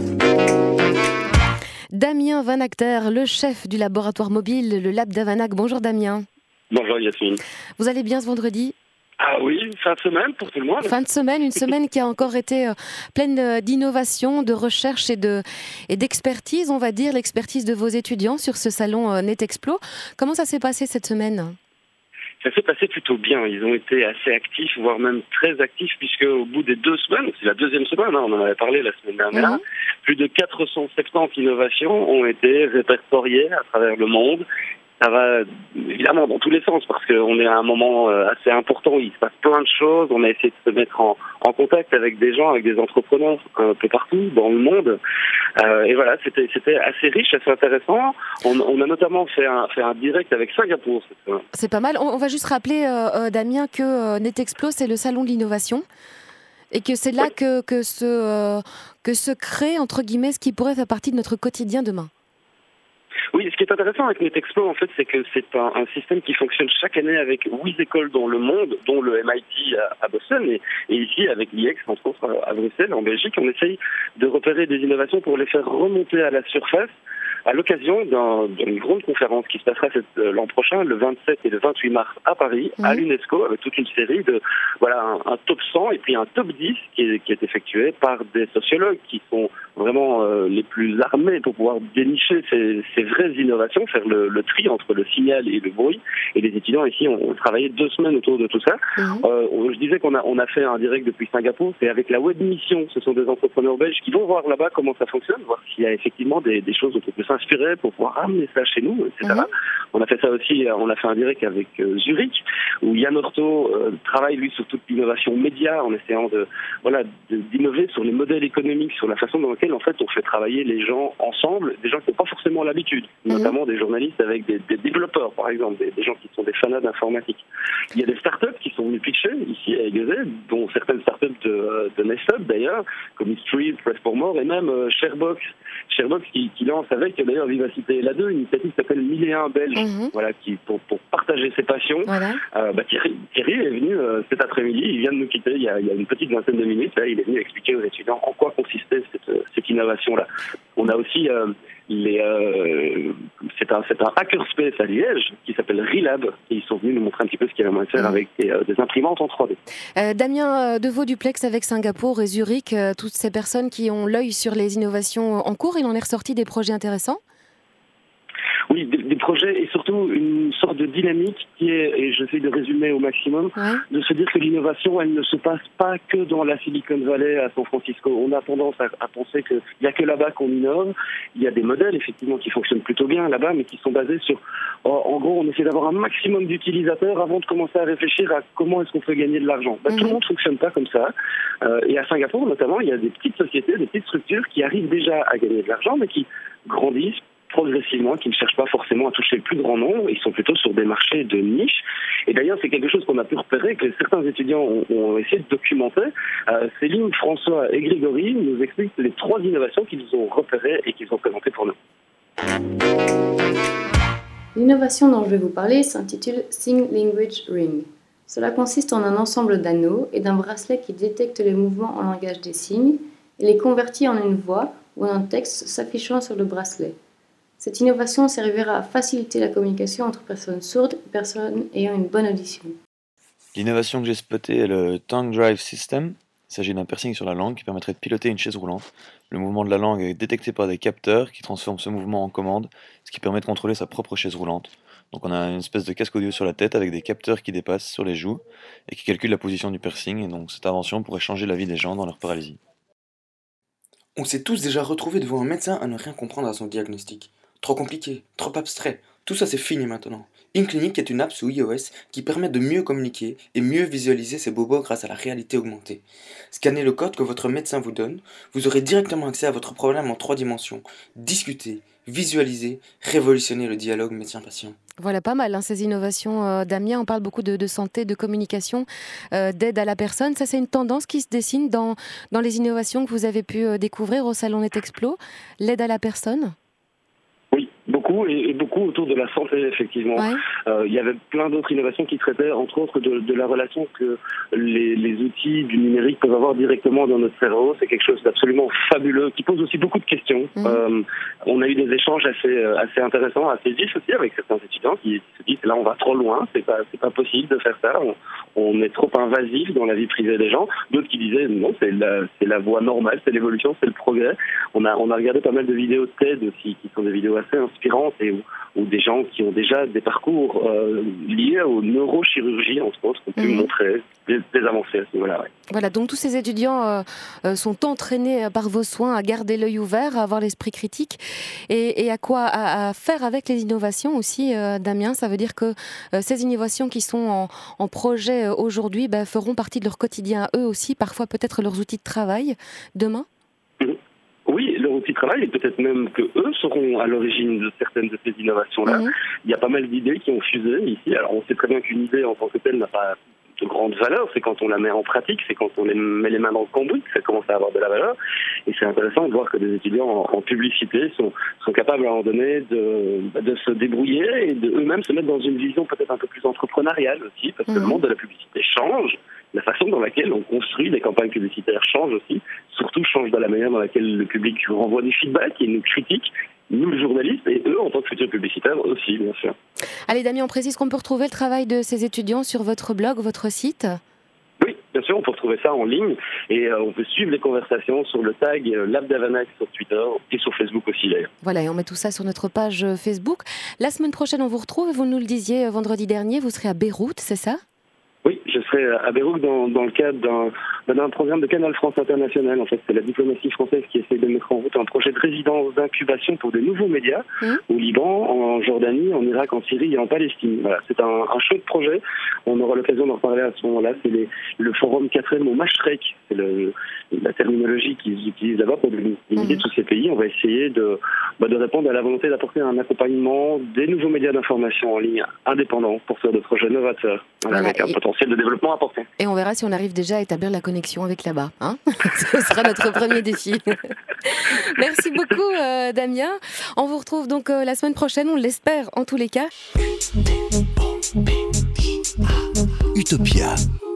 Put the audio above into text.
Damien Van Acter, le chef du laboratoire mobile, le Lab d'Avanac. Bonjour Damien. Bonjour Yasmine. Vous allez bien ce vendredi ? Ah oui, fin de semaine pour tout le monde. Fin de semaine, une semaine qui a encore été pleine d'innovation, de recherche et d'expertise, on va dire, l'expertise de vos étudiants sur ce salon NetExplo. Comment ça s'est passé cette semaine ? Ça s'est passé plutôt bien. Ils ont été assez actifs, voire même très actifs, puisque au bout des 2 semaines, c'est la deuxième semaine, on en avait parlé la semaine dernière, plus de 470 innovations ont été répertoriées à travers le monde. Ça va évidemment dans tous les sens parce qu'on est à un moment assez important où il se passe plein de choses. On a essayé de se mettre en contact avec des gens, avec des entrepreneurs un peu partout dans le monde. Et voilà, c'était assez riche, assez intéressant. On a notamment fait un direct avec Singapour cette semaine. C'est pas mal. On va juste rappeler, Damien, que NetExplo, c'est le salon de l'innovation et que c'est là que se crée, entre guillemets, ce qui pourrait faire partie de notre quotidien demain. Oui, ce qui est intéressant avec NetExplo, en fait, c'est que c'est un système qui fonctionne chaque année avec 8 écoles dans le monde, dont le MIT à Boston et ici avec l'IEX, entre autres, à Bruxelles, en Belgique. On essaye de repérer des innovations pour les faire remonter à la surface à l'occasion d'une grande conférence qui se passera l'an prochain, le 27 et le 28 mars à Paris, à l'UNESCO, avec toute une série de, un top 100 et puis un top 10 qui est effectué par des sociologues qui sont vraiment les plus armés pour pouvoir dénicher ces vraies innovations, faire le tri entre le signal et le bruit. Et les étudiants ici ont travaillé 2 semaines autour de tout ça. Je disais qu'on a fait un direct depuis Singapour, c'est avec la Web Mission. Ce sont des entrepreneurs belges qui vont voir là-bas comment ça fonctionne, voir s'il y a effectivement des choses dont on peut s'inspirer pour pouvoir ramener ça chez nous, etc. On a fait ça aussi, on a fait un direct avec Zurich, où Yann Orto travaille lui sur toute l'innovation média, en essayant d'innover sur les modèles économiques, sur la façon dans laquelle en fait on fait travailler les gens ensemble, des gens qui n'ont pas forcément l'habitude, notamment des journalistes avec des développeurs par exemple, des gens qui sont des fanats d'informatique. Il y a des startups qui sont venues pitcher ici à Aiguezé, dont certaines startups de Nestlé d'ailleurs, comme History, Press for More et même Sharebox qui lance avec d'ailleurs Vivacité La2, une initiative qui s'appelle 1001 Belges, qui pour partager ses passions. Thierry est venu cet après-midi, il vient de nous quitter il y a une petite vingtaine de minutes, là, il est venu expliquer aux étudiants en quoi consistait cette innovation-là. On a aussi c'est un hackerspace à Liège qui s'appelle Relab et ils sont venus nous montrer un petit peu ce qu'il y avait à faire avec des imprimantes en 3D. Damien Deveau-Duplex avec Singapour et Zurich, toutes ces personnes qui ont l'œil sur les innovations en cours, il en est ressorti des projets intéressants ? Oui, des projets et surtout une sorte de dynamique qui est, et j'essaie de résumer au maximum, de se dire que l'innovation, elle ne se passe pas que dans la Silicon Valley à San Francisco. On a tendance à penser qu'il n'y a que là-bas qu'on innove. Il y a des modèles, effectivement, qui fonctionnent plutôt bien là-bas, mais qui sont basés sur... En gros, on essaie d'avoir un maximum d'utilisateurs avant de commencer à réfléchir à comment est-ce qu'on peut gagner de l'argent. Tout le monde ne fonctionne pas comme ça. Et à Singapour, notamment, il y a des petites sociétés, des petites structures qui arrivent déjà à gagner de l'argent, mais qui grandissent progressivement, qui ne cherchent pas forcément à toucher le plus grand nombre, ils sont plutôt sur des marchés de niche. Et d'ailleurs, c'est quelque chose qu'on a pu repérer, que certains étudiants ont essayé de documenter. Céline, François et Grégory nous expliquent les 3 innovations qu'ils ont repérées et qu'ils ont présentées pour nous. L'innovation dont je vais vous parler s'intitule Sign Language Ring. Cela consiste en un ensemble d'anneaux et d'un bracelet qui détecte les mouvements en langage des signes et les convertit en une voix ou en un texte s'affichant sur le bracelet. Cette innovation servira à faciliter la communication entre personnes sourdes et personnes ayant une bonne audition. L'innovation que j'ai spotée est le Tongue Drive System. Il s'agit d'un piercing sur la langue qui permettrait de piloter une chaise roulante. Le mouvement de la langue est détecté par des capteurs qui transforment ce mouvement en commande, ce qui permet de contrôler sa propre chaise roulante. Donc on a une espèce de casque audio sur la tête avec des capteurs qui dépassent sur les joues et qui calculent la position du piercing. Et donc cette invention pourrait changer la vie des gens dans leur paralysie. On s'est tous déjà retrouvés devant un médecin à ne rien comprendre à son diagnostic. Trop compliqué, trop abstrait, tout ça c'est fini maintenant. InClinic est une app sous iOS qui permet de mieux communiquer et mieux visualiser ses bobos grâce à la réalité augmentée. Scannez le code que votre médecin vous donne, vous aurez directement accès à votre problème en 3 dimensions. Discutez, visualisez, révolutionnez le dialogue médecin-patient. Voilà, pas mal ces innovations. Damien, on parle beaucoup de santé, de communication, d'aide à la personne. Ça, c'est une tendance qui se dessine dans les innovations que vous avez pu découvrir au Salon NetExplo. L'aide à la personne ? Oui, beaucoup. beaucoup, et beaucoup autour de la santé, effectivement. Il y avait plein d'autres innovations qui traitaient, entre autres, de la relation que les outils du numérique peuvent avoir directement dans notre cerveau. C'est quelque chose d'absolument fabuleux, qui pose aussi beaucoup de questions. On a eu des échanges assez intéressants, assez vifs aussi, avec certains étudiants qui se disent, là, on va trop loin, c'est pas possible de faire ça, on est trop invasif dans la vie privée des gens. D'autres qui disaient, non, c'est la voie normale, c'est l'évolution, c'est le progrès. On a regardé pas mal de vidéos de TED aussi, qui sont des vidéos assez inspirantes et où des gens qui ont déjà des parcours liés aux neurochirurgies, entre autres, ont pu montrer des avancées à ce niveau-là. Ouais. Voilà, donc tous ces étudiants sont entraînés par vos soins à garder l'œil ouvert, à avoir l'esprit critique et à faire avec les innovations aussi, Damien. Ça veut dire que ces innovations qui sont en projet aujourd'hui feront partie de leur quotidien à eux aussi, parfois peut-être leurs outils de travail demain. Oui, leur outil de travail, et peut-être même que eux seront à l'origine de certaines de ces innovations-là. Il y a pas mal d'idées qui ont fusé ici. Alors on sait très bien qu'une idée en tant que telle n'a pas de grande valeur, c'est quand on la met en pratique, c'est quand on met les mains dans le cambouis que ça commence à avoir de la valeur. Et c'est intéressant de voir que des étudiants en publicité sont capables à un moment donné de se débrouiller et de eux-mêmes se mettre dans une vision peut-être un peu plus entrepreneuriale aussi, parce que le monde de la publicité change. La façon dans laquelle on construit des campagnes publicitaires change aussi, surtout change dans la manière dans laquelle le public renvoie des feedbacks et nous critique, nous les journalistes, et eux en tant que futurs publicitaires aussi, bien sûr. Allez Damien, on précise qu'on peut retrouver le travail de ces étudiants sur votre blog, votre site ? Oui, bien sûr, on peut retrouver ça en ligne et on peut suivre les conversations sur le tag Lab d'Havanac sur Twitter et sur Facebook aussi d'ailleurs. Voilà, et on met tout ça sur notre page Facebook. La semaine prochaine, on vous retrouve, vous nous le disiez vendredi dernier, vous serez à Beyrouth, c'est ça ? Oui, je serai à Beyrouth dans le cadre d'un programme de Canal France International. En fait, c'est la diplomatie française qui essaie de mettre en route un projet de résidence d'incubation pour de nouveaux médias au Liban, en Jordanie, en Irak, en Syrie et en Palestine. Voilà, c'est un chouette projet. On aura l'occasion d'en reparler à ce moment-là. C'est le forum 4e au Mashrek. C'est la terminologie qu'ils utilisent là-bas pour délimiter tous ces pays. On va essayer de répondre à la volonté d'apporter un accompagnement des nouveaux médias d'information en ligne indépendants pour faire de projets novateurs. Voilà, avec un potentiel de développement important. Et on verra si on arrive déjà à établir la connexion avec là-bas. Hein. Ce sera notre premier défi. Merci beaucoup, Damien. On vous retrouve donc la semaine prochaine, on l'espère en tous les cas. Utopia.